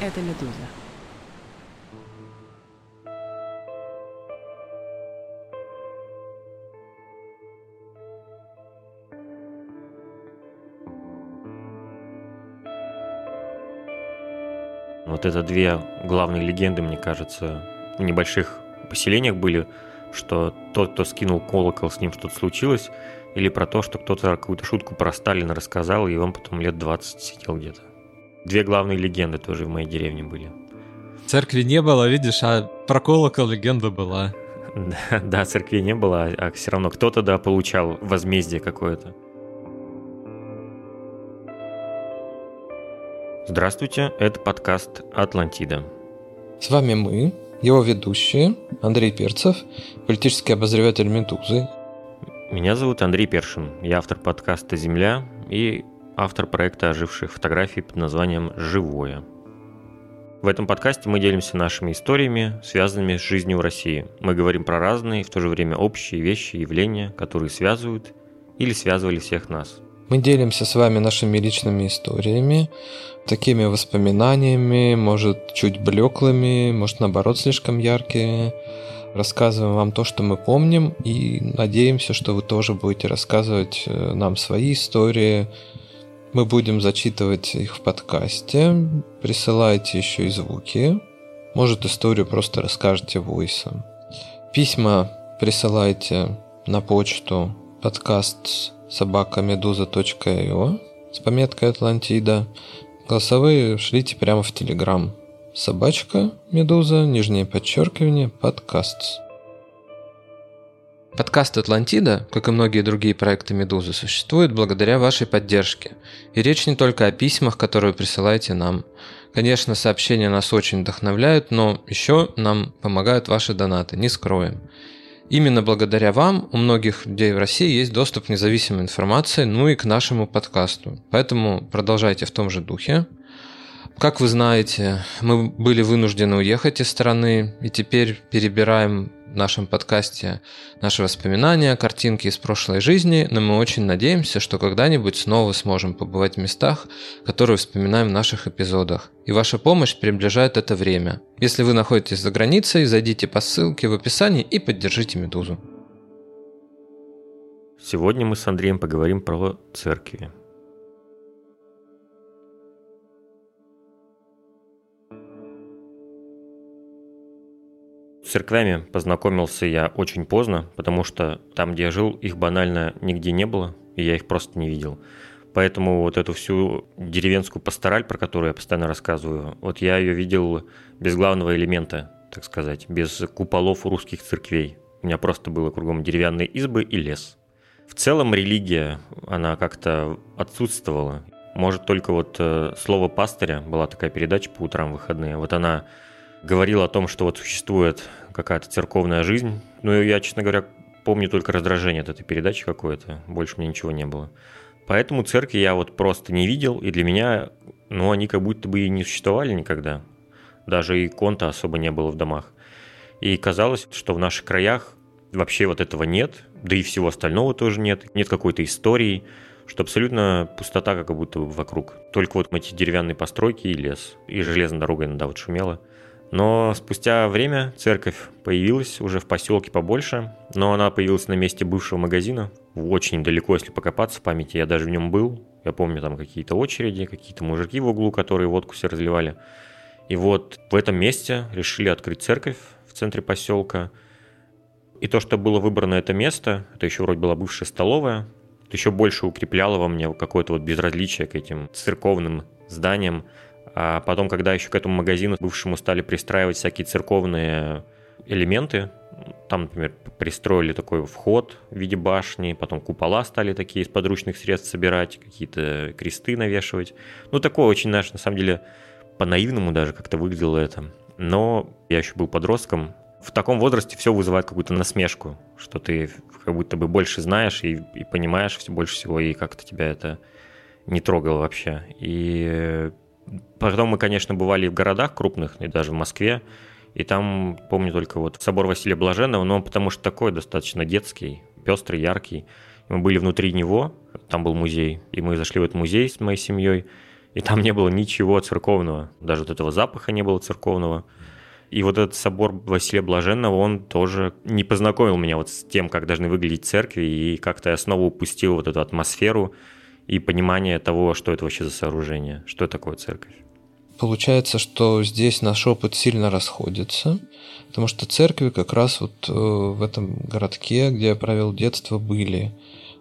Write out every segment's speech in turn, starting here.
Это «Медуза». Вот это две главные легенды, мне кажется, в небольших поселениях были, что тот, кто скинул колокол, с ним что-то случилось, или про то, что кто-то какую-то шутку про Сталина рассказал, и он потом лет 20 сидел где-то. Две главные легенды тоже в моей деревне были. Церкви не было, видишь, а про колокол легенда была. Да, церкви не было, а все равно кто-то, да, получал возмездие какое-то. Здравствуйте, это подкаст «Атлантида». С вами мы, его ведущие, Андрей Перцев, политический обозреватель «Медузы». Меня зовут Андрей Першин, я автор подкаста «Земля» и автор проекта оживших фотографий под названием «Живое». В этом подкасте мы делимся нашими историями, связанными с жизнью в России. Мы говорим про разные, в то же время общие вещи, явления, которые связывают или связывали всех нас. Мы делимся с вами нашими личными историями, такими воспоминаниями, может, чуть блеклыми, может, наоборот, слишком яркими. Рассказываем вам то, что мы помним, и надеемся, что вы тоже будете рассказывать нам свои истории. Мы будем зачитывать их в подкасте. Присылайте еще и звуки. Может, историю просто расскажете войсом. Письма присылайте на почту podcast@meduza.io с пометкой «Атлантида». Голосовые шлите прямо в Телеграм. _Медуза, _подкаст. Подкаст «Атлантида», как и многие другие проекты «Медузы», существует благодаря вашей поддержке. И речь не только о письмах, которые вы присылаете нам. Конечно, сообщения нас очень вдохновляют, но еще нам помогают ваши донаты, не скроем. Именно благодаря вам у многих людей в России есть доступ к независимой информации, ну и к нашему подкасту. Поэтому продолжайте в том же духе. Как вы знаете, мы были вынуждены уехать из страны, и теперь перебираем в нашем подкасте наши воспоминания, картинки из прошлой жизни, но мы очень надеемся, что когда-нибудь снова сможем побывать в местах, которые вспоминаем в наших эпизодах. И ваша помощь приближает это время. Если вы находитесь за границей, зайдите по ссылке в описании и поддержите «Медузу». Сегодня мы с Андреем поговорим про церкви. С церквями познакомился я очень поздно, потому что там, где я жил, их банально нигде не было, и я их просто не видел. Поэтому вот эту всю деревенскую пастораль, про которую я постоянно рассказываю, вот я ее видел без главного элемента, так сказать, без куполов русских церквей. У меня просто было кругом деревянные избы и лес. В целом религия, она как-то отсутствовала. Может, только вот «Слово пастыря», была такая передача по утрам в выходные, вот она говорила о том, что вот существует какая-то церковная жизнь. Но я, честно говоря, помню только раздражение от этой передачи какое-то. Больше мне ничего не было. Поэтому церкви я вот просто не видел. И для меня, они как будто бы и не существовали никогда. Даже икон-то особо не было в домах. И казалось, что в наших краях вообще вот этого нет. Да и всего остального тоже нет. Нет какой-то истории. Что абсолютно пустота как будто бы вокруг. Только вот эти деревянные постройки и лес. И железная дорога иногда вот шумела. Но спустя время церковь появилась уже в поселке побольше, но она появилась на месте бывшего магазина. Очень далеко, если покопаться в памяти, я даже в нем был. Я помню там какие-то очереди, какие-то мужики в углу, которые водку все разливали. И вот в этом месте решили открыть церковь в центре поселка. И то, что было выбрано это место, это еще вроде была бывшая столовая, это еще больше укрепляло во мне какое-то вот безразличие к этим церковным зданиям. А потом, когда еще к этому магазину бывшему стали пристраивать всякие церковные элементы, там, например, пристроили такой вход в виде башни, потом купола стали такие из подручных средств собирать, какие-то кресты навешивать. Такое очень, на самом деле, по-наивному даже как-то выглядело это. Но я еще был подростком. В таком возрасте все вызывает какую-то насмешку, что ты как будто бы больше знаешь и понимаешь все больше всего, и как-то тебя это не трогало вообще. И потом мы, конечно, бывали в городах крупных, и даже в Москве, и там, помню только вот собор Василия Блаженного, но он потому что такой достаточно детский, пестрый, яркий. Мы были внутри него, там был музей, и мы зашли в этот музей с моей семьей, и там не было ничего церковного, даже вот этого запаха не было церковного. И вот этот собор Василия Блаженного, он тоже не познакомил меня вот с тем, как должны выглядеть церкви, и как-то я снова упустил вот эту атмосферу и понимание того, что это вообще за сооружение, что это такое церковь. Получается, что здесь наш опыт сильно расходится, потому что церкви как раз вот в этом городке, где я провел детство, были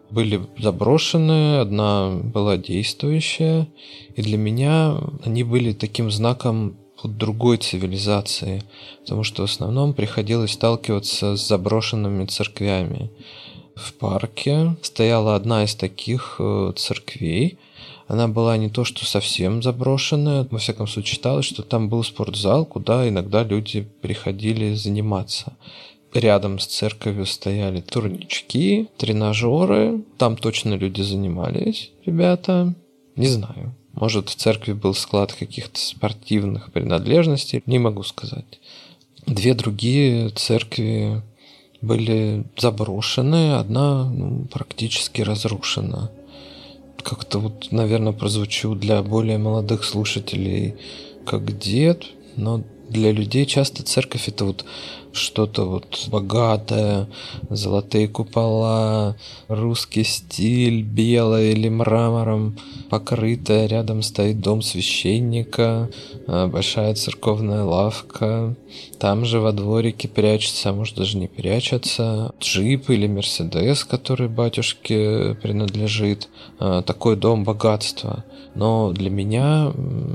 заброшенные, одна была действующая, и для меня они были таким знаком вот другой цивилизации, потому что в основном приходилось сталкиваться с заброшенными церквями. В парке стояла одна из таких церквей. Она была не то что совсем заброшенная, во всяком случае считалось, что там был спортзал, куда иногда люди приходили заниматься. Рядом с церковью стояли турнички, тренажеры. Там точно люди занимались, ребята. Не знаю. Может, в церкви был склад каких-то спортивных принадлежностей. Не могу сказать. Две другие церкви были заброшены. Одна практически разрушена. Как-то вот, наверное, прозвучу для более молодых слушателей как дед, но для людей часто церковь — это вот что-то вот богатое, золотые купола, русский стиль, белое или мрамором покрытое, рядом стоит дом священника, большая церковная лавка, там же во дворике прячется, а может даже не прячется, джип или мерседес, который батюшке принадлежит, такой дом богатства. Но для меня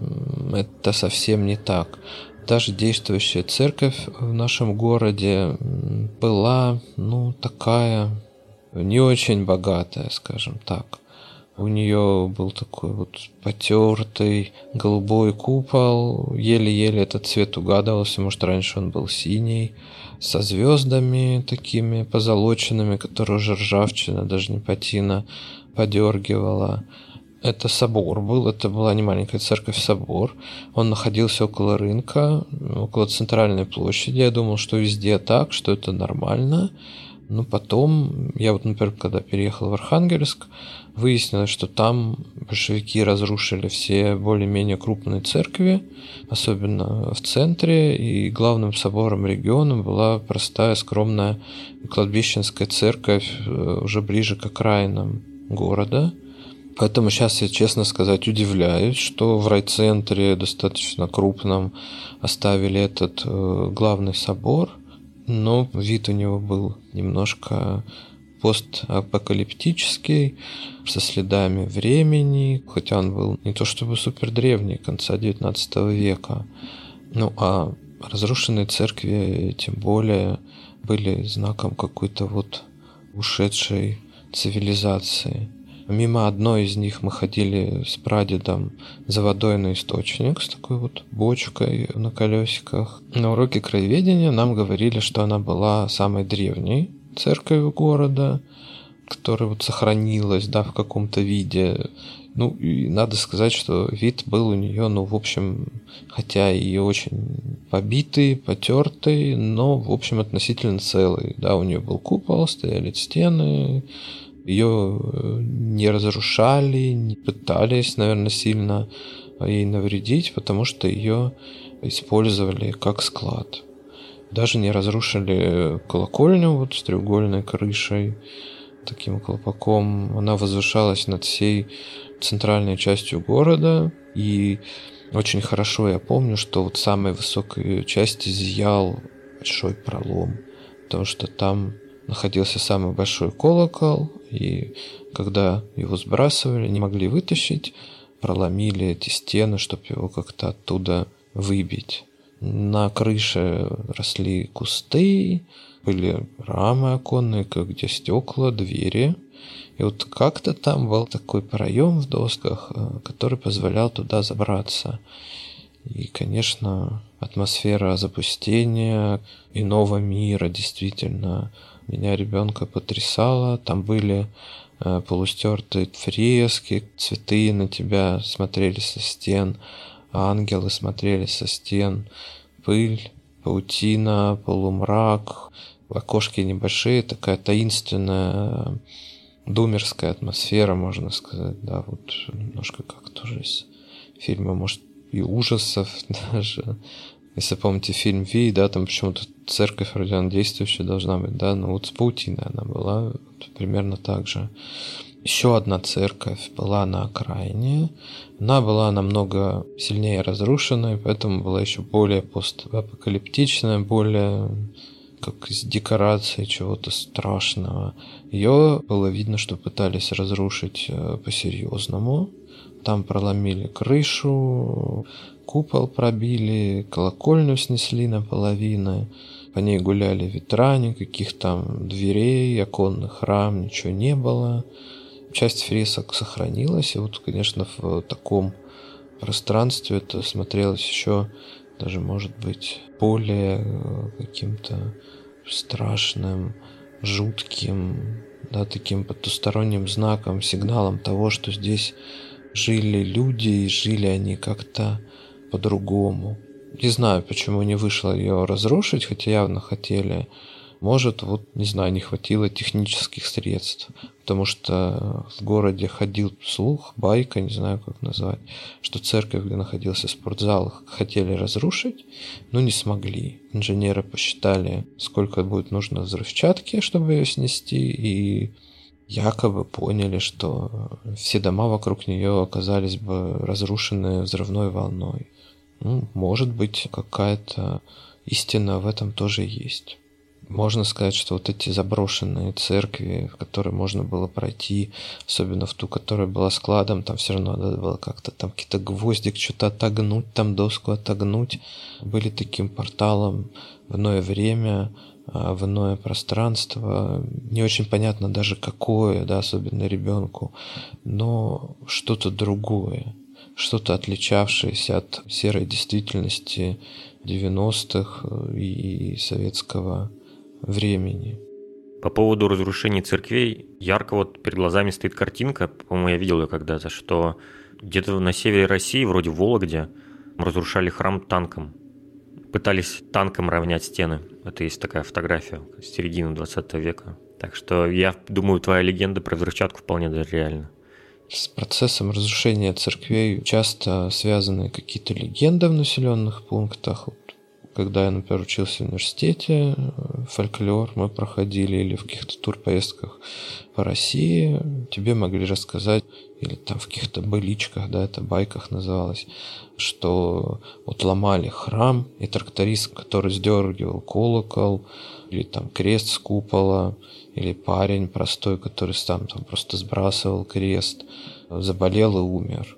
это совсем не так. Даже действующая церковь в нашем городе была, такая не очень богатая, скажем так. У нее был такой вот потертый голубой купол, еле-еле этот цвет угадывался, может, раньше он был синий, со звездами такими позолоченными, которые уже ржавчина, даже не патина, подергивала. Это собор был, это была не маленькая церковь, собор. Он находился около рынка, около центральной площади. Я думал, что везде так, что это нормально. Но потом, я вот, например, когда переехал в Архангельск, выяснилось, что там большевики разрушили все более-менее крупные церкви, особенно в центре, и главным собором региона была простая, скромная кладбищенская церковь уже ближе к окраинам города. Поэтому сейчас я, честно сказать, удивляюсь, что в райцентре достаточно крупном оставили этот главный собор, но вид у него был немножко постапокалиптический, со следами времени, хотя он был не то чтобы супер древний, конца 19 века. А разрушенные церкви тем более были знаком какой-то вот ушедшей цивилизации. Мимо одной из них мы ходили с прадедом за водой на источник с такой вот бочкой на колесиках. На уроке краеведения нам говорили, что она была самой древней церковью города, которая вот сохранилась, в каком-то виде. И надо сказать, что вид был у нее, в общем, хотя и очень побитый, потертый, но, в общем, относительно целый. У нее был купол, стояли стены, ее не разрушали, не пытались, наверное, сильно ей навредить, потому что ее использовали как склад. Даже не разрушили колокольню с треугольной крышей, таким колпаком. Она возвышалась над всей центральной частью города, и очень хорошо я помню, что в самой высокой части зиял большой пролом, потому что там находился самый большой колокол, и когда его сбрасывали, не могли вытащить, проломили эти стены, чтобы его как-то оттуда выбить. На крыше росли кусты, были рамы оконные, где стекла, двери. И как-то там был такой проем в досках, который позволял туда забраться. И, конечно, атмосфера запустения иного мира действительно меня, ребенка, потрясала. Там были полустертые фрески, цветы на тебя смотрели со стен, ангелы смотрели со стен, пыль, паутина, полумрак, окошки небольшие, такая таинственная думерская атмосфера, можно сказать, немножко как тоже из фильмы, может, и ужасов даже. Если помните фильм «Вий», да, там почему-то церковь вроде она действующая должна быть, да, но вот с паутиной она была вот примерно так же. Еще одна церковь была на окраине. Она была намного сильнее разрушена, поэтому была еще более постапокалиптичная, более как из декорации чего-то страшного. Ее было видно, что пытались разрушить по-серьезному. Там проломили крышу, купол пробили, колокольню снесли наполовину. По ней гуляли ветра, никаких там дверей, оконных рам, ничего не было. Часть фресок сохранилась, и вот, конечно, в таком пространстве это смотрелось еще даже, может быть, более каким-то страшным, жутким, да, таким потусторонним знаком, сигналом того, что здесь жили люди, и жили они как-то по-другому. Не знаю, почему не вышло ее разрушить, хотя явно хотели. Может, вот, не знаю, не хватило технических средств, потому что в городе ходил слух, байка, не знаю, как назвать, что церковь, где находился спортзал, хотели разрушить, но не смогли. Инженеры посчитали, сколько будет нужно взрывчатки, чтобы ее снести, и якобы поняли, что все дома вокруг нее оказались бы разрушены взрывной волной. Ну, может быть, какая-то истина в этом тоже есть. Можно сказать, что вот эти заброшенные церкви, в которые можно было пройти, особенно в ту, которая была складом, там все равно надо было как-то там какие-то гвоздик что-то отогнуть, там доску отогнуть, были таким порталом в иное время, в иное пространство. Не очень понятно даже какое, да, особенно ребенку, но что-то другое, что-то отличавшееся от серой действительности 90-х и советского времени. По поводу разрушений церквей, ярко вот перед глазами стоит картинка, по-моему, я видел ее когда-то, что где-то на севере России, вроде в Вологде, разрушали храм танком. Пытались танком равнять стены. Это есть такая фотография с середины 20 века. Так что я думаю, твоя легенда про взрывчатку вполне даже реальна. С процессом разрушения церквей часто связаны какие-то легенды в населенных пунктах. Когда я, например, учился в университете, фольклор мы проходили или в каких-то турпоездках по России, тебе могли рассказать, или там в каких-то быличках, да, это байках называлось, что вот ломали храм, и тракторист, который сдергивал колокол, или там крест с купола, или парень простой, который там просто сбрасывал крест, заболел и умер.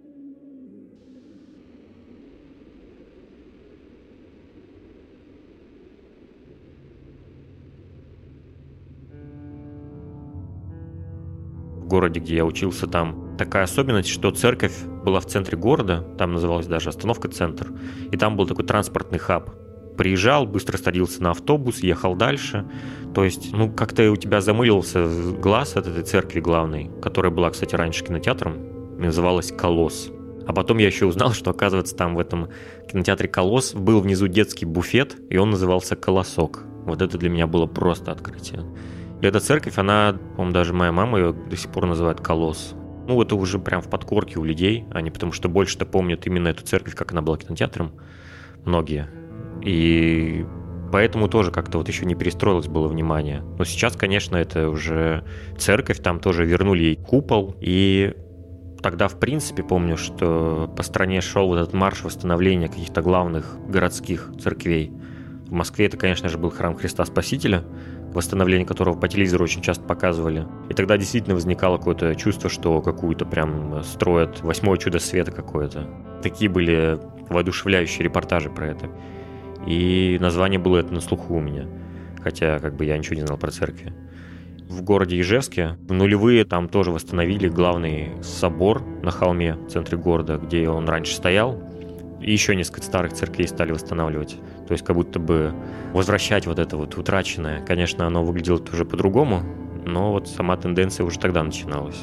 В городе, где я учился, там такая особенность, что церковь была в центре города, там называлась даже остановка «Центр», и там был такой транспортный хаб. Приезжал, быстро садился на автобус, ехал дальше. То есть, как-то у тебя замылился глаз от этой церкви главной, которая была, кстати, раньше кинотеатром, называлась «Колосс». А потом я еще узнал, что, оказывается, там в этом кинотеатре «Колосс» был внизу детский буфет, и он назывался «Колосок». Вот это для меня было просто открытие. И эта церковь, она, по-моему, даже моя мама ее до сих пор называет «Колосс». Это уже прям в подкорке у людей, они потому что больше-то помнят именно эту церковь, как она была кинотеатром, многие. И поэтому тоже как-то вот еще не перестроилось было внимание. Но сейчас, конечно, это уже церковь, там тоже вернули ей купол. И тогда, в принципе, помню, что по стране шел вот этот марш восстановления каких-то главных городских церквей. В Москве это, конечно же, был храм Христа Спасителя, восстановление которого по телевизору очень часто показывали. И тогда действительно возникало какое-то чувство, что какую-то прям строят 8-е чудо света какое-то. Такие были воодушевляющие репортажи про это. И название было это на слуху у меня, хотя я ничего не знал про церкви. В городе Ижевске в нулевые там тоже восстановили главный собор на холме в центре города, где он раньше стоял. И еще несколько старых церквей стали восстанавливать. То есть как будто бы возвращать вот это вот утраченное. Конечно, оно выглядело тоже по-другому, но вот сама тенденция уже тогда начиналась.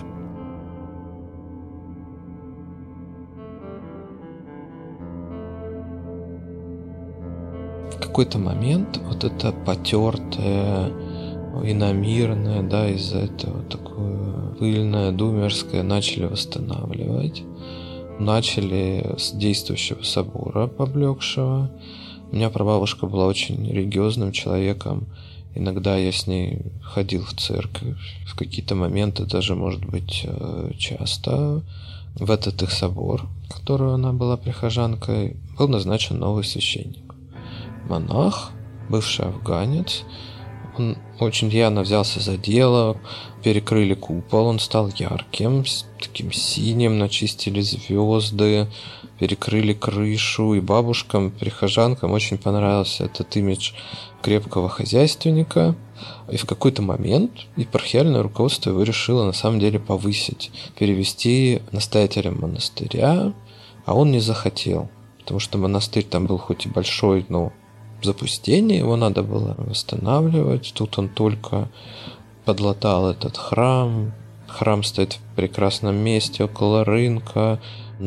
В какой-то момент вот это потертое, иномирное, да, из-за этого такое пыльное, думерское начали восстанавливать. начали с действующего собора, поблекшего. У меня прабабушка была очень религиозным человеком. Иногда я с ней ходил в церковь. В какие-то моменты даже, может быть, часто. В этот их собор, в который она была прихожанкой, был назначен новый священник. Монах, бывший афганец. Он очень рьяно взялся за дело, перекрыли купол, он стал ярким, таким синим, начистили звезды, перекрыли крышу, и бабушкам, прихожанкам очень понравился этот имидж крепкого хозяйственника. И в какой-то момент епархиальное руководство его решило на самом деле повысить, перевести настоятелем монастыря, а он не захотел, потому что монастырь там был хоть и большой, но в запустении, его надо было восстанавливать. Тут он только подлатал этот храм. Храм стоит в прекрасном месте, около рынка,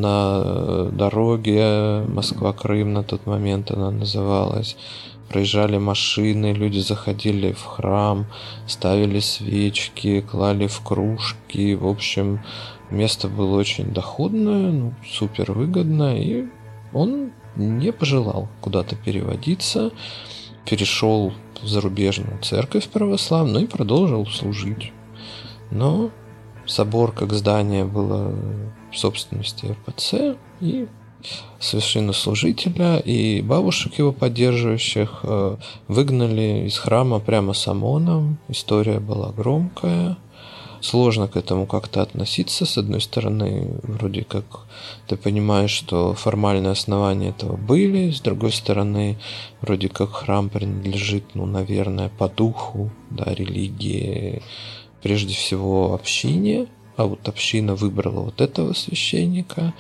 на дороге Москва-Крым на тот момент она называлась. Проезжали машины, люди заходили в храм, ставили свечки, клали в кружки. В общем, место было очень доходное, супер выгодно, и он не пожелал куда-то переводиться, перешел в зарубежную церковь православную и продолжил служить. Но собор как здание было в собственности РПЦ, и священнослужителя и бабушек его поддерживающих выгнали из храма прямо с ОМОНом. История была громкая. Сложно к этому как-то относиться. С одной стороны, вроде как ты понимаешь, что формальные основания этого были. С другой стороны, вроде как храм принадлежит, наверное, по духу, религии, прежде всего общине. А вот община выбрала вот этого священника.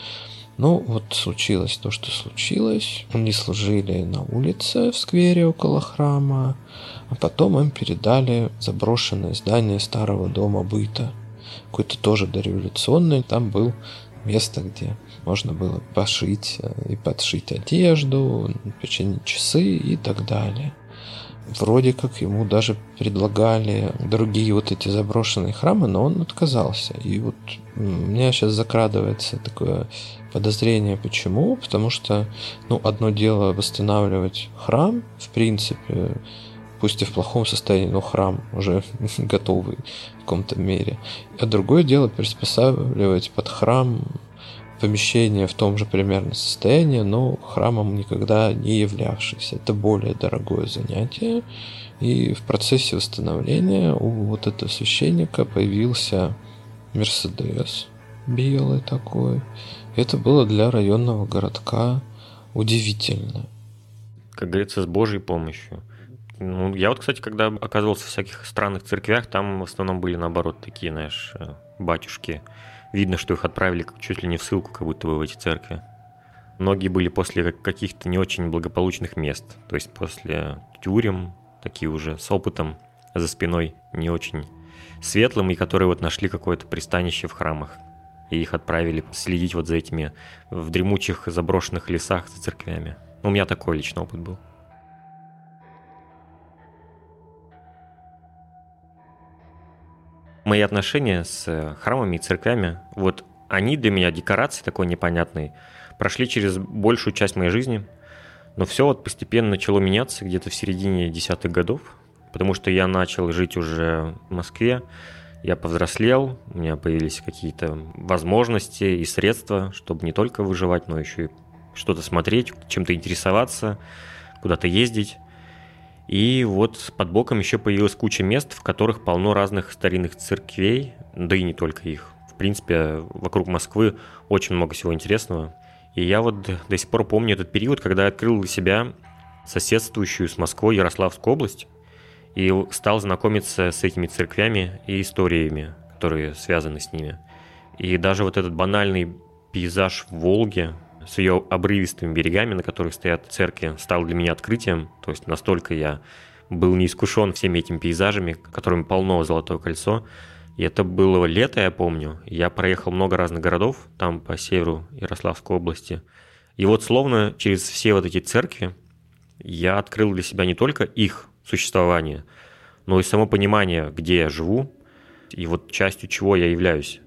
Случилось то, что случилось. Они служили на улице в сквере около храма, а потом им передали заброшенное здание старого дома быта. Какой-то тоже дореволюционный. Там было место, где можно было пошить и подшить одежду, починить часы и так далее. Вроде как ему даже предлагали другие вот эти заброшенные храмы, но он отказался. И вот у меня сейчас закрадывается такое подозрение, почему. Потому что, одно дело восстанавливать храм, в принципе, пусть и в плохом состоянии, но храм уже готовый в каком-то мере. А другое дело приспосабливать под храм помещение в том же примерно состоянии, но храмом никогда не являвшийся. Это более дорогое занятие. И в процессе восстановления у вот этого священника появился Мерседес белый такой. Это было для районного городка удивительно. Как говорится, с Божьей помощью. Я кстати, когда оказывался в всяких странных церквях, там в основном были, наоборот, такие, батюшки. Видно, что их отправили чуть ли не в ссылку, как будто бы в эти церкви. Многие были после каких-то не очень благополучных мест. То есть после тюрем, такие уже с опытом за спиной, не очень светлым, и которые нашли какое-то пристанище в храмах. И их отправили следить за этими в дремучих заброшенных лесах за церквями. У меня такой личный опыт был. Мои отношения с храмами и церквями, они для меня декорации такой непонятной, прошли через большую часть моей жизни, но все постепенно начало меняться где-то в середине 10-х годов, потому что я начал жить уже в Москве, я повзрослел, у меня появились какие-то возможности и средства, чтобы не только выживать, но еще и что-то смотреть, чем-то интересоваться, куда-то ездить. И под боком еще появилась куча мест, в которых полно разных старинных церквей, да и не только их. В принципе, вокруг Москвы очень много всего интересного. И я до сих пор помню этот период, когда я открыл для себя соседствующую с Москвой Ярославскую область и стал знакомиться с этими церквями и историями, которые связаны с ними. И даже этот банальный пейзаж в Волге с ее обрывистыми берегами, на которых стоят церкви, стал для меня открытием. То есть настолько я был не искушен всеми этими пейзажами, которыми полно Золотое кольцо. И это было лето, я помню. Я проехал много разных городов, там по северу Ярославской области. И словно через все эти церкви я открыл для себя не только их существование, но и само понимание, где я живу, и частью чего я являюсь.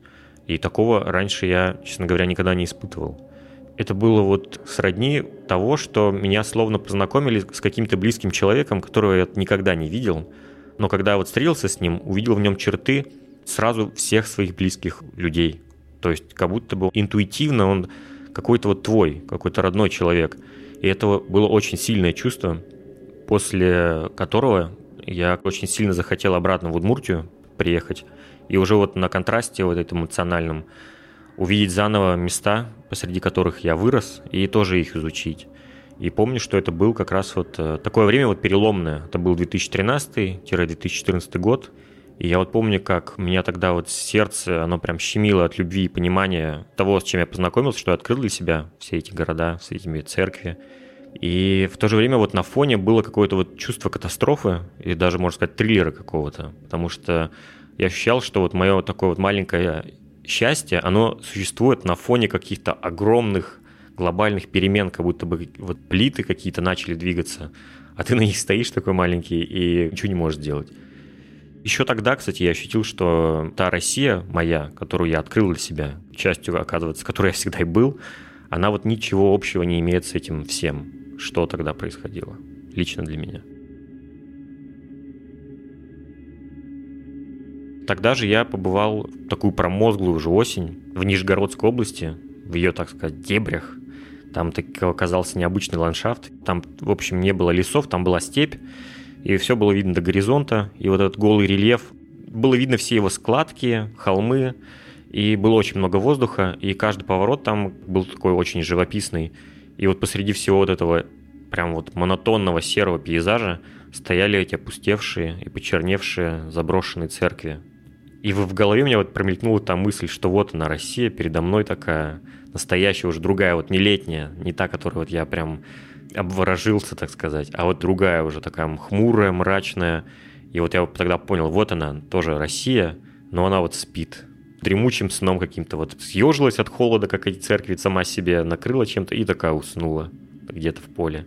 И такого раньше я, честно говоря, никогда не испытывал. Это было вот сродни того, что меня словно познакомили с каким-то близким человеком, которого я никогда не видел. Но когда я вот встретился с ним, увидел в нем черты сразу всех своих близких людей. То есть как будто бы интуитивно он какой-то вот твой, какой-то родной человек. И это было очень сильное чувство, после которого я очень сильно захотел обратно в Удмуртию приехать. И уже вот на контрасте вот этом эмоциональном увидеть заново места, посреди которых я вырос, и тоже их изучить. И помню, что это был как раз вот такое время вот переломное. Это был 2013-2014 год. И я вот помню, как меня тогда вот сердце, оно прям щемило от любви и понимания того, с чем я познакомился, что я открыл для себя все эти города, все эти церкви. И в то же время вот на фоне было какое-то вот чувство катастрофы, или даже, можно сказать, триллера какого-то. Потому что я ощущал, что вот мое такое вот маленькое счастье, оно существует на фоне каких-то огромных глобальных перемен, как будто бы вот плиты какие-то начали двигаться, а ты на них стоишь такой маленький и ничего не можешь сделать. Еще тогда, кстати, я ощутил, что та Россия моя, которую я открыл для себя, частью, оказывается, которой я всегда и был, она вот ничего общего не имеет с этим всем, что тогда происходило, лично для меня. Тогда же я побывал в такую промозглую уже осень в Нижегородской области, в ее, так сказать, дебрях. Там оказался необычный ландшафт. Там, в общем, не было лесов, там была степь, и все было видно до горизонта. И вот этот голый рельеф, было видно все его складки, холмы, и было очень много воздуха, и каждый поворот там был такой очень живописный. И вот посреди всего вот этого прям вот монотонного серого пейзажа стояли эти опустевшие и почерневшие заброшенные церкви. И в голове у меня вот промелькнула та мысль, что вот она, Россия, передо мной такая настоящая, уже другая, вот не летняя, не та, которой вот я прям обворожился, так сказать, а вот другая уже такая хмурая, мрачная. И вот я вот тогда понял, вот она, тоже Россия, но она вот спит. Дремучим сном каким-то вот съежилась от холода, как эти церкви, сама себе накрыла чем-то и такая уснула где-то в поле.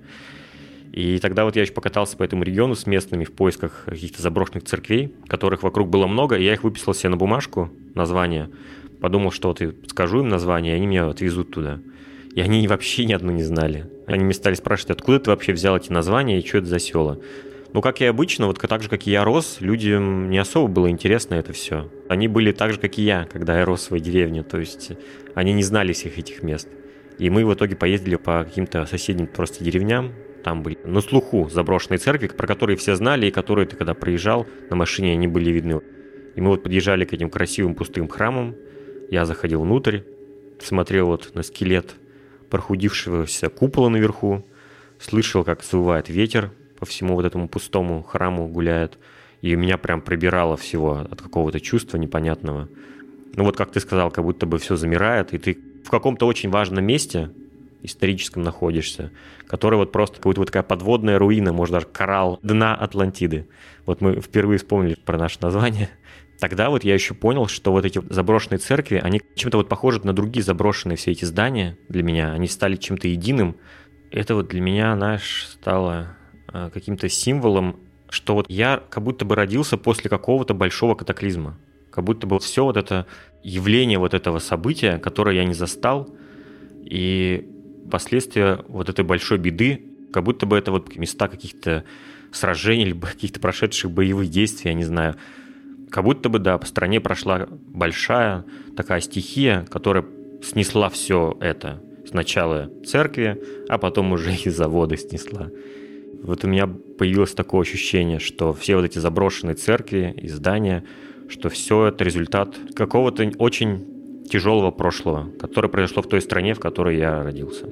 И тогда вот я еще покатался по этому региону с местными в поисках каких-то заброшенных церквей, которых вокруг было много, и я их выписал себе на бумажку, название. Подумал, что вот скажу им название, и они меня отвезут туда. И они вообще ни одну не знали. Они меня стали спрашивать, откуда ты вообще взял эти названия и что это за села. Ну, как и обычно, вот так же, как и я рос, людям не особо было интересно это все. Они были так же, как и я, когда я рос в своей деревне, то есть они не знали всех этих мест. И мы в итоге поездили по каким-то соседним просто деревням. Там были на слуху заброшенные церкви, про которые все знали, и которые ты, когда проезжал, на машине они были видны. И мы вот подъезжали к этим красивым пустым храмам. Я заходил внутрь, смотрел вот на скелет прохудившегося купола наверху, слышал, как завывает ветер по всему вот этому пустому храму гуляет. И меня прям пробирало всего от какого-то чувства непонятного. Ну вот, как ты сказал, как будто бы все замирает, и ты в каком-то очень важном месте историческом находишься, который вот просто какая-то вот такая подводная руина, может даже коралл дна Атлантиды. Вот мы впервые вспомнили про наше название. Тогда вот я еще понял, что вот эти заброшенные церкви, они чем-то вот похожи на другие заброшенные все эти здания для меня. Они стали чем-то единым. Это вот для меня, стало каким-то символом, что вот я как будто бы родился после какого-то большого катаклизма. Как будто бы все вот это явление вот этого события, которое я не застал, и последствия вот этой большой беды, как будто бы это вот места каких-то сражений, либо каких-то прошедших боевых действий, я не знаю. Как будто бы, да, по стране прошла большая такая стихия, которая снесла все это. Сначала церкви, а потом уже и заводы снесла. Вот у меня появилось такое ощущение, что все вот эти заброшенные церкви и здания, что все это результат какого-то очень тяжелого прошлого, которое произошло в той стране, в которой я родился.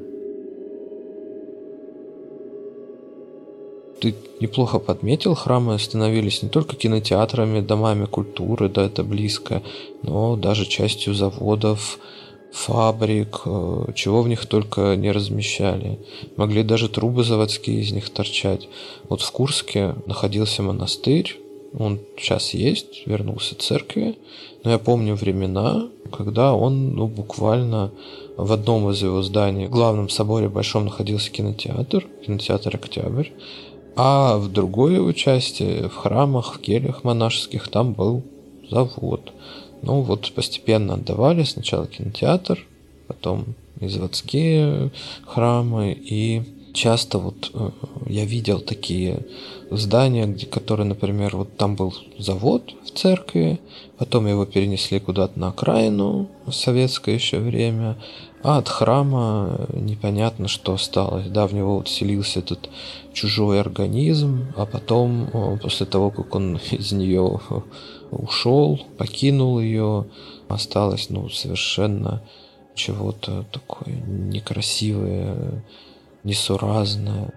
Ты неплохо подметил, храмы становились не только кинотеатрами, домами культуры, да, это близко, но даже частью заводов, фабрик, чего в них только не размещали. Могли даже трубы заводские из них торчать. Вот в Курске находился монастырь, он сейчас есть, вернулся к церкви, но я помню времена, когда он, буквально в одном из его зданий, в главном соборе большом, находился кинотеатр «Октябрь», а в другой его части, в храмах, в кельях монашеских, там был завод. Ну вот постепенно отдавали сначала кинотеатр, потом и заводские храмы, и часто вот я видел такие здания, которые, например, вот там был завод в церкви, потом его перенесли куда-то на окраину в советское еще время, а от храма непонятно, что осталось. Да, в него вот селился этот чужой организм, а потом, после того, как он из нее ушел, покинул ее, осталось, совершенно чего-то такое некрасивое, несуразное.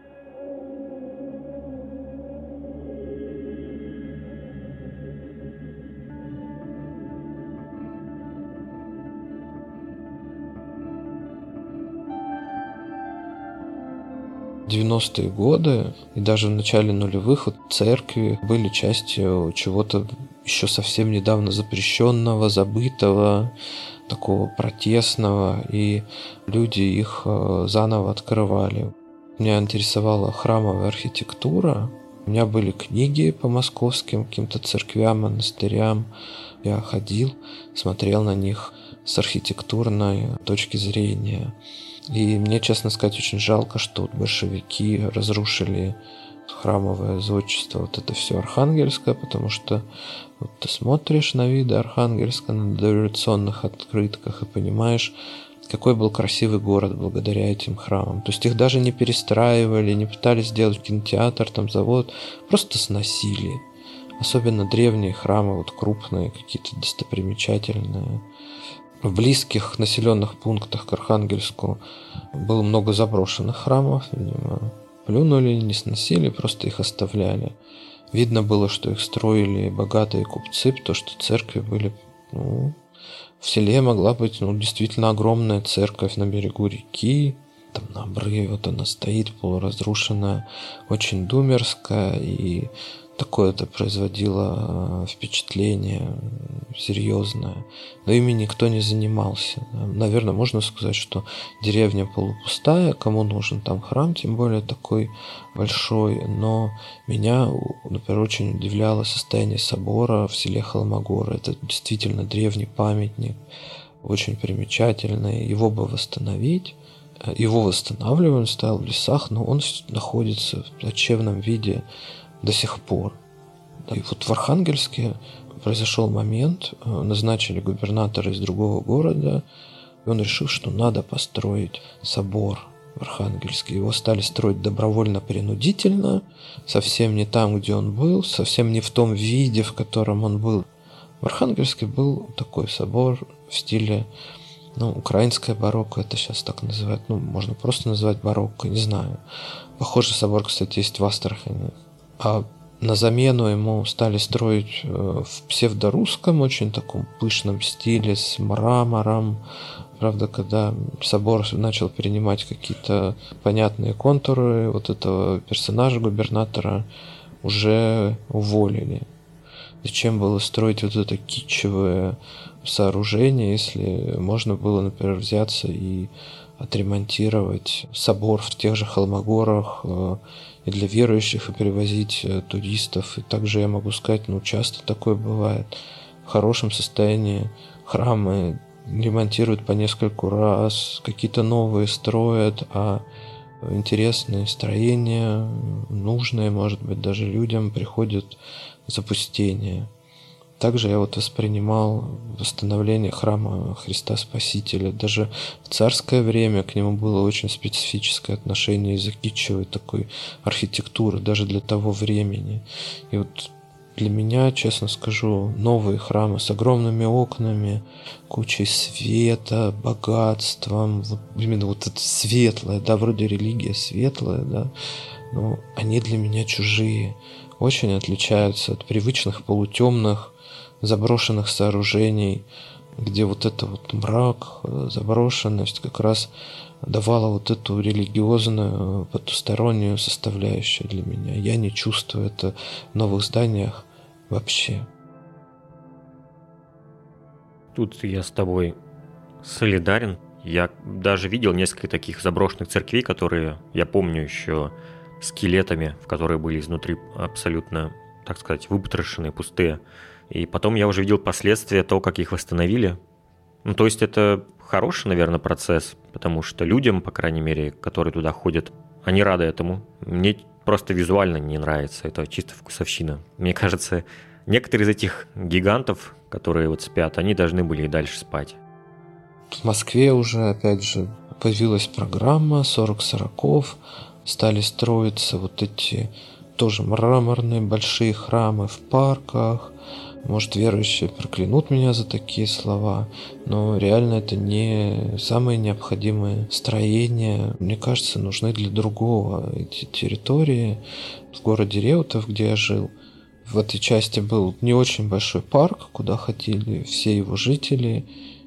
В 90-е годы и даже в начале нулевых вот церкви были частью чего-то еще совсем недавно запрещенного, забытого, такого протестного, и люди их заново открывали. Меня интересовала храмовая архитектура, у меня были книги по московским каким-то церквям, монастырям. Я ходил, смотрел на них с архитектурной точки зрения. И мне, честно сказать, очень жалко, что вот большевики разрушили храмовое зодчество, вот это все Архангельское, потому что вот ты смотришь на виды Архангельска на дореволюционных открытках и понимаешь, какой был красивый город благодаря этим храмам. То есть их даже не перестраивали, не пытались сделать кинотеатр, там завод, просто сносили. Особенно древние храмы, вот крупные, какие-то достопримечательные. В близких населенных пунктах к Архангельску было много заброшенных храмов, видимо, плюнули, не сносили, просто их оставляли. Видно было, что их строили богатые купцы, потому что церкви были, в селе могла быть, действительно огромная церковь на берегу реки, там на обрыве, вот она стоит полуразрушенная, очень думерская, и такое это производило впечатление серьезное. Но ими никто не занимался. Наверное, можно сказать, что деревня полупустая, кому нужен там храм, тем более такой большой. Но меня, например, очень удивляло состояние собора в селе Холмогоры. Это действительно древний памятник, очень примечательный. Его бы восстановить. Его восстанавливали, он стоял в лесах, но он находится в плачевном виде до сих пор. И вот в Архангельске произошел момент, назначили губернатора из другого города, и он решил, что надо построить собор в Архангельске. Его стали строить добровольно-принудительно, совсем не там, где он был, совсем не в том виде, в котором он был. В Архангельске был такой собор в стиле, украинское барокко, это сейчас так называют, можно просто назвать барокко, не знаю. Похожий собор, кстати, есть в Астрахани. А на замену ему стали строить в псевдорусском, очень таком пышном стиле, с мрамором. Правда, когда собор начал перенимать какие-то понятные контуры, вот этого персонажа губернатора уже уволили. Зачем было строить вот это китчевое сооружение, если можно было, например, взяться и отремонтировать собор в тех же Холмогорах и для верующих, и перевозить туристов. И также я могу сказать, часто такое бывает. В хорошем состоянии храмы ремонтируют по нескольку раз, какие-то новые строят, а интересные строения, нужные, может быть, даже людям, приходят в запустение. Также я воспринимал восстановление храма Христа Спасителя. Даже в царское время к нему было очень специфическое отношение из-за китчевой такой архитектуры, даже для того времени. И для меня, честно скажу, новые храмы с огромными окнами, кучей света, богатством, именно это светлое, вроде религия светлая, но они для меня чужие, очень отличаются от привычных полутемных заброшенных сооружений, где мрак, заброшенность как раз давала эту религиозную, потустороннюю составляющую для меня. Я не чувствую это в новых зданиях вообще. Тут я с тобой солидарен. Я даже видел несколько таких заброшенных церквей, которые, я помню, еще скелетами, в которые были изнутри абсолютно, так сказать, выпотрошенные, пустые. И потом я уже видел последствия того, как их восстановили. Ну, то есть это хороший, наверное, процесс, потому что людям, по крайней мере, которые туда ходят, они рады этому. Мне просто визуально не нравится, это чисто вкусовщина. Мне кажется, некоторые из этих гигантов, которые вот спят, они должны были и дальше спать. В Москве уже, опять же, появилась программа 40-40, стали строиться вот эти тоже мраморные большие храмы в парках. Может, верующие проклянут меня за такие слова, но реально это не самые необходимые строения. Мне кажется, нужны для другого. Эти территории в городе Реутов, где я жил, в этой части был не очень большой парк, куда ходили все его жители.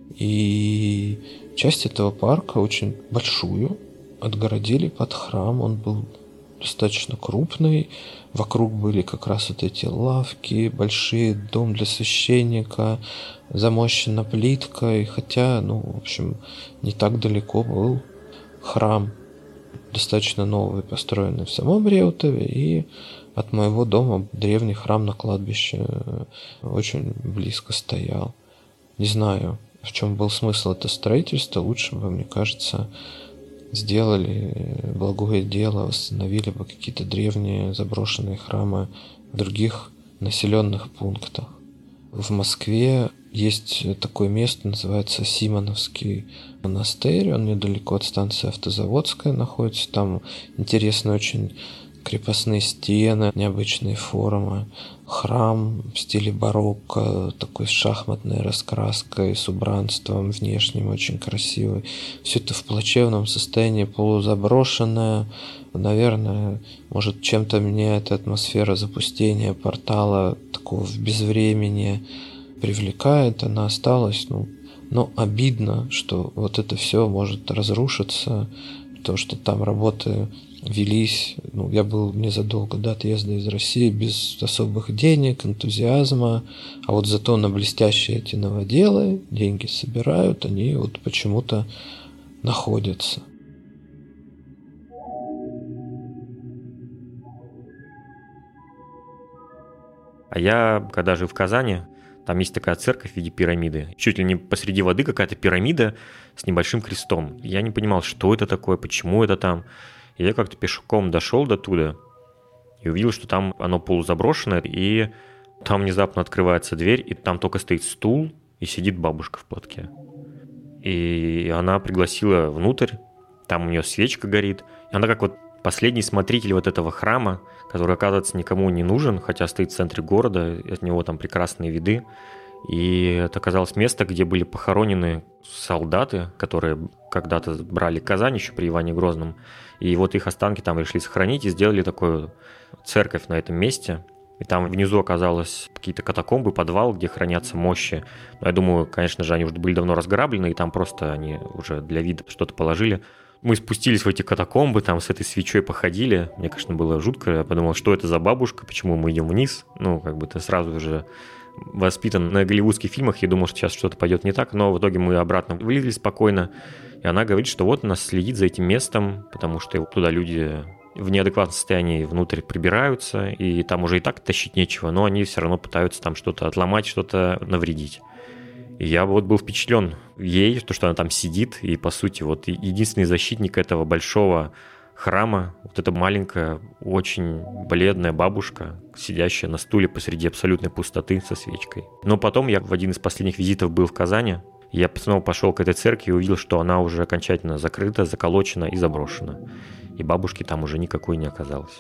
И часть этого парка, очень большую, отгородили под храм. Он был достаточно крупный. Вокруг были как раз вот эти лавки, большой дом для священника, замощена плиткой. Хотя, в общем, не так далеко был храм, достаточно новый, построенный в самом Реутове. И от моего дома древний храм на кладбище очень близко стоял. Не знаю, в чем был смысл этого строительства. Лучше бы, мне кажется, сделали благое дело, восстановили бы какие-то древние заброшенные храмы в других населенных пунктах. В Москве есть такое место, называется Симоновский монастырь. Он недалеко от станции Автозаводская находится. Там интересные очень крепостные стены, необычные формы. Храм в стиле барокко, такой с шахматной раскраской, с убранством внешним, очень красивый. Все это в плачевном состоянии, полузаброшенное. Наверное, может, чем-то меня эта атмосфера запустения портала такого в безвремени привлекает. Она осталась, но обидно, что вот это все может разрушиться, то, что там работы велись. Я был незадолго до отъезда из России без особых денег, энтузиазма, а вот зато на блестящие эти новоделы деньги собирают, они вот почему-то находятся. А я, когда жил в Казани, там есть такая церковь в виде пирамиды. Чуть ли не посреди воды какая-то пирамида с небольшим крестом. Я не понимал, что это такое, почему это там. И я как-то пешком дошел до туда и увидел, что там оно полузаброшенное, и там внезапно открывается дверь, и там только стоит стул, и сидит бабушка в платке. И она пригласила внутрь, там у нее свечка горит. И она как вот последний смотритель вот этого храма, который, оказывается, никому не нужен, хотя стоит в центре города, от него там прекрасные виды. И это оказалось место, где были похоронены солдаты, которые когда-то брали Казань еще при Иване Грозном. И вот их останки там решили сохранить и сделали такую церковь на этом месте. И там внизу оказалось какие-то катакомбы, подвал, где хранятся мощи. Но я думаю, конечно же, они уже были давно разграблены, и там просто они уже для вида что-то положили. Мы спустились в эти катакомбы, там с этой свечой походили. Мне, конечно, было жутко. Я подумал, что это за бабушка, почему мы идем вниз. Ты сразу же воспитан на голливудских фильмах, я думал, что сейчас что-то пойдет не так, но в итоге мы обратно вылезли спокойно, и она говорит, что вот она следит за этим местом, потому что туда люди в неадекватном состоянии внутрь прибираются, и там уже и так тащить нечего, но они все равно пытаются там что-то отломать, что-то навредить. И я вот был впечатлен ей, то, что она там сидит, и, по сути, вот единственный защитник этого большого храма, вот эта маленькая, очень бледная бабушка, сидящая на стуле посреди абсолютной пустоты со свечкой. Но потом я в один из последних визитов был в Казани, я снова пошел к этой церкви и увидел, что она уже окончательно закрыта, заколочена и заброшена. И бабушки там уже никакой не оказалось.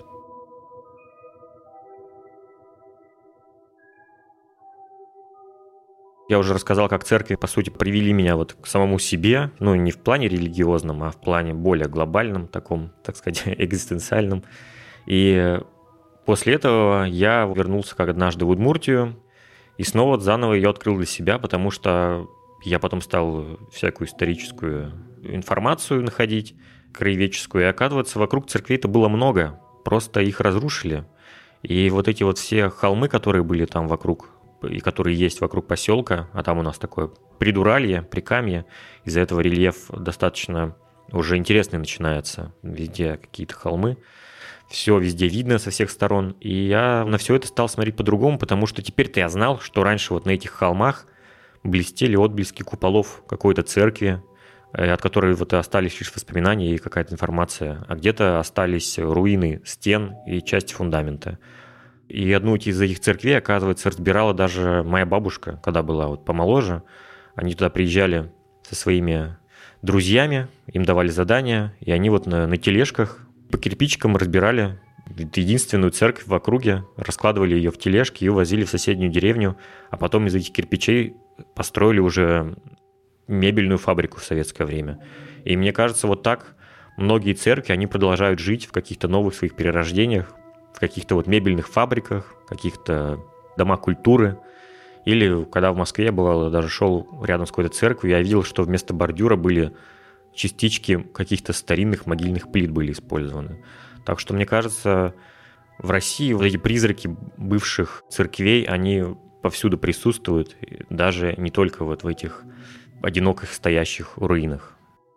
Я уже рассказал, как церкви, по сути, привели меня вот к самому себе, не в плане религиозном, а в плане более глобальном, таком, так сказать, экзистенциальном. И после этого я вернулся как однажды в Удмуртию и снова заново ее открыл для себя, потому что я потом стал всякую историческую информацию находить, краеведческую, и оказывается, вокруг церквей-то было много, просто их разрушили. И вот эти вот все холмы, которые были там вокруг, и которые есть вокруг поселка, а там у нас такое придуралье, прикамье, из-за этого рельеф достаточно уже интересный начинается, везде какие-то холмы. все везде видно со всех сторон. И я на все это стал смотреть по-другому, потому что теперь-то я знал, что раньше вот на этих холмах блестели отблески куполов какой-то церкви, от которой вот остались лишь воспоминания и какая-то информация, а где-то остались руины стен и части фундамента. И одну из этих церквей, оказывается, разбирала даже моя бабушка, когда была вот помоложе. Они туда приезжали со своими друзьями, им давали задания, и они вот на тележках по кирпичикам разбирали единственную церковь в округе, раскладывали ее в тележки и увозили в соседнюю деревню, а потом из этих кирпичей построили уже мебельную фабрику в советское время. И мне кажется, вот так многие церкви, они продолжают жить в каких-то новых своих перерождениях, в каких-то вот мебельных фабриках, каких-то домах культуры. Или когда в Москве я бывал, даже шел рядом с какой-то церковью, я видел, что вместо бордюра были частички каких-то старинных могильных плит были использованы. Так что, мне кажется, в России вот эти призраки бывших церквей, они повсюду присутствуют, даже не только вот в этих одиноких стоящих руинах.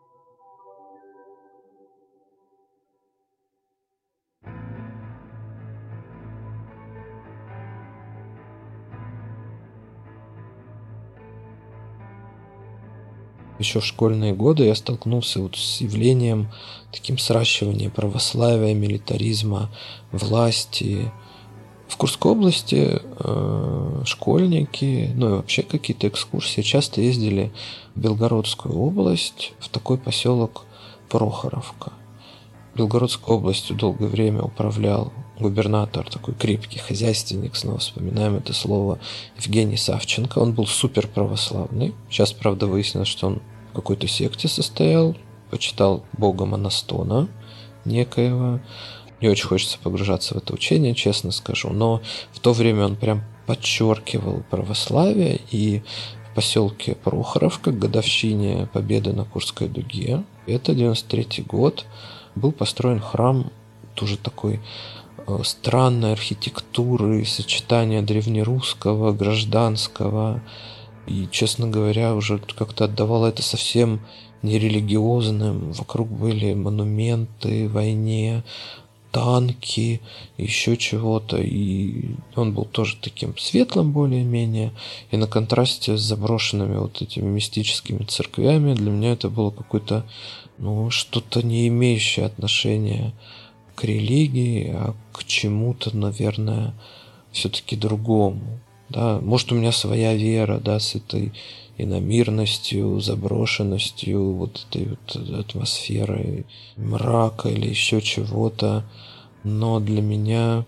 Еще в школьные годы я столкнулся вот с явлением таким сращивания православия, милитаризма, власти. В Курской области школьники, ну и вообще какие-то экскурсии часто ездили в Белгородскую область, в такой поселок Прохоровка. Белгородской областью долгое время управлял губернатор, такой крепкий хозяйственник, снова вспоминаем это слово, Евгений Савченко. Он был супер православный. Сейчас, правда, выяснилось, что он в какой-то секте состоял, почитал бога Монастона некоего. Не очень хочется погружаться в это учение, честно скажу, но в то время он прям подчеркивал православие, и в поселке Прохоровка к годовщине победы на Курской дуге, это 93-й год, был построен храм тоже такой странной архитектуры, сочетания древнерусского, гражданского. И, честно говоря, уже как-то отдавало это совсем нерелигиозным. Вокруг были монументы войне, танки, еще чего-то. И он был тоже таким светлым более-менее. И на контрасте с заброшенными вот этими мистическими церквями для меня это было какое-то, что-то не имеющее отношения к религии, а к чему-то, наверное, все-таки другому. Да? Может, у меня своя вера, да, с этой иномирностью, заброшенностью, вот этой вот атмосферой мрака или еще чего-то. Но для меня,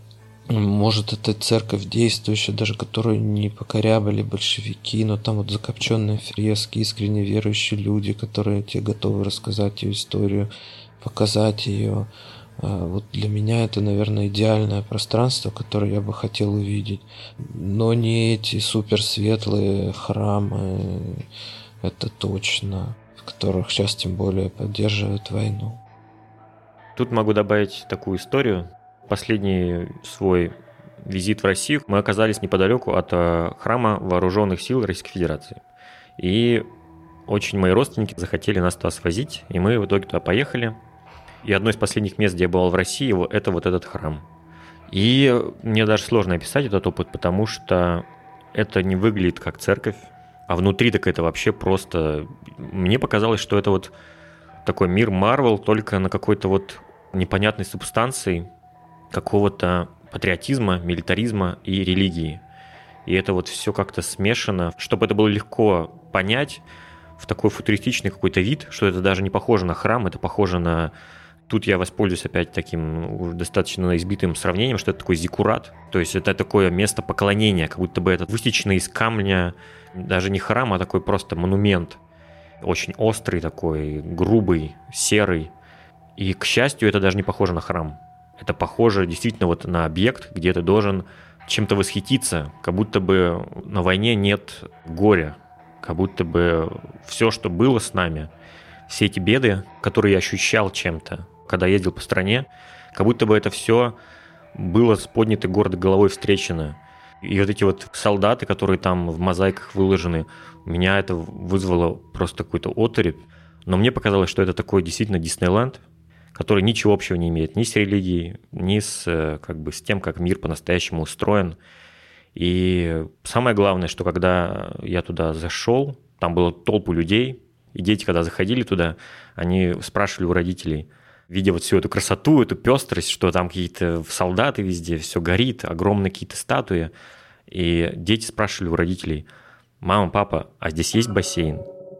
может, это церковь действующая, даже которую не покорябали большевики, но там вот закопченные фрески, искренне верующие люди, которые тебе готовы рассказать ее историю, показать ее. Вот для меня это, наверное, идеальное пространство, которое я бы хотел увидеть. Но не эти суперсветлые храмы, это точно, в которых сейчас тем более поддерживают войну. Тут могу добавить такую историю. Последний свой визит в Россию мы оказались неподалеку от храма Вооруженных сил Российской Федерации. И очень мои родственники захотели нас туда свозить, и мы в итоге туда поехали. И одно из последних мест, где я бывал в России, это вот этот храм. И мне даже сложно описать этот опыт, потому что это не выглядит как церковь, а внутри так это вообще просто... Мне показалось, что это вот такой мир Марвел, только на какой-то вот непонятной субстанции какого-то патриотизма, милитаризма и религии. И это вот все как-то смешано, чтобы это было легко понять, в такой футуристичный какой-то вид, что это даже не похоже на храм, это похоже на... Тут я воспользуюсь опять таким достаточно избитым сравнением, что это такой зиккурат, то есть это такое место поклонения, как будто бы это высеченный из камня, даже не храм, а такой просто монумент, очень острый такой, грубый, серый. И, к счастью, это даже не похоже на храм. Это похоже действительно вот на объект, где ты должен чем-то восхититься, как будто бы на войне нет горя, как будто бы все, что было с нами, все эти беды, которые я ощущал чем-то, когда ездил по стране, как будто бы это все было с поднятой гордой головой встречено. И вот эти вот солдаты, которые там в мозаиках выложены, меня это вызвало просто какой-то оторопь. Но мне показалось, что это такой действительно Диснейленд, который ничего общего не имеет ни с религией, ни с, как бы, с тем, как мир по-настоящему устроен. И самое главное, что когда я туда зашел, там было толпу людей, и дети, когда заходили туда, они спрашивали у родителей, видя вот всю эту красоту, эту пестрость, что там какие-то солдаты везде, все горит, огромные какие-то статуи. И дети спрашивали у родителей: «Мама, папа, а здесь есть бассейн?»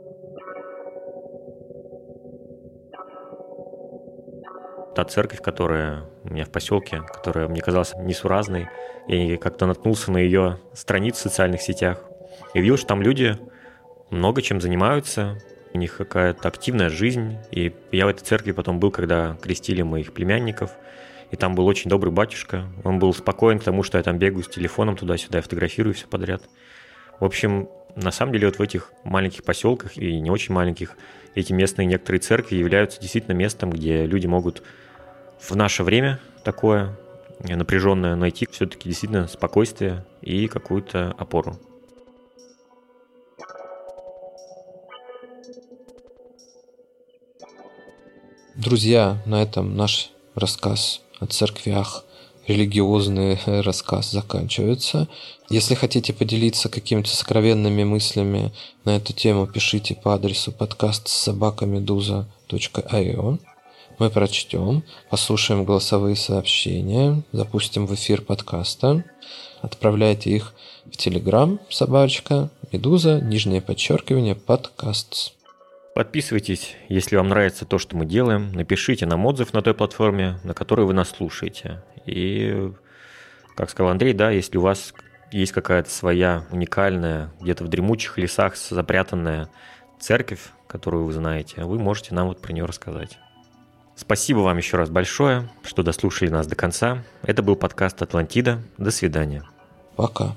Та церковь, которая у меня в поселке, которая мне казалась несуразной, я как-то наткнулся на ее страницу в социальных сетях и видел, что там люди много чем занимаются, у них какая-то активная жизнь. И я в этой церкви потом был, когда крестили моих племянников, и там был очень добрый батюшка. Он был спокоен к тому, что я там бегаю с телефоном туда-сюда, я фотографирую все подряд. В общем, на самом деле вот в этих маленьких поселках и не очень маленьких эти местные некоторые церкви являются действительно местом, где люди могут в наше время такое напряженное найти все-таки действительно спокойствие и какую-то опору. Друзья, на этом наш рассказ о церквях, религиозный рассказ заканчивается. Если хотите поделиться какими-то сокровенными мыслями на эту тему, пишите по адресу podcast@meduza.io. Мы прочтем, послушаем голосовые сообщения, запустим в эфир подкаста. Отправляйте их в Telegram, @Meduza, _подкаст. Подписывайтесь, если вам нравится то, что мы делаем. Напишите нам отзыв на той платформе, на которой вы нас слушаете. И, как сказал Андрей, да, если у вас есть какая-то своя уникальная, где-то в дремучих лесах запрятанная церковь, которую вы знаете, вы можете нам вот про нее рассказать. Спасибо вам еще раз большое, что дослушали нас до конца. Это был подкаст «Атлантида». До свидания. Пока.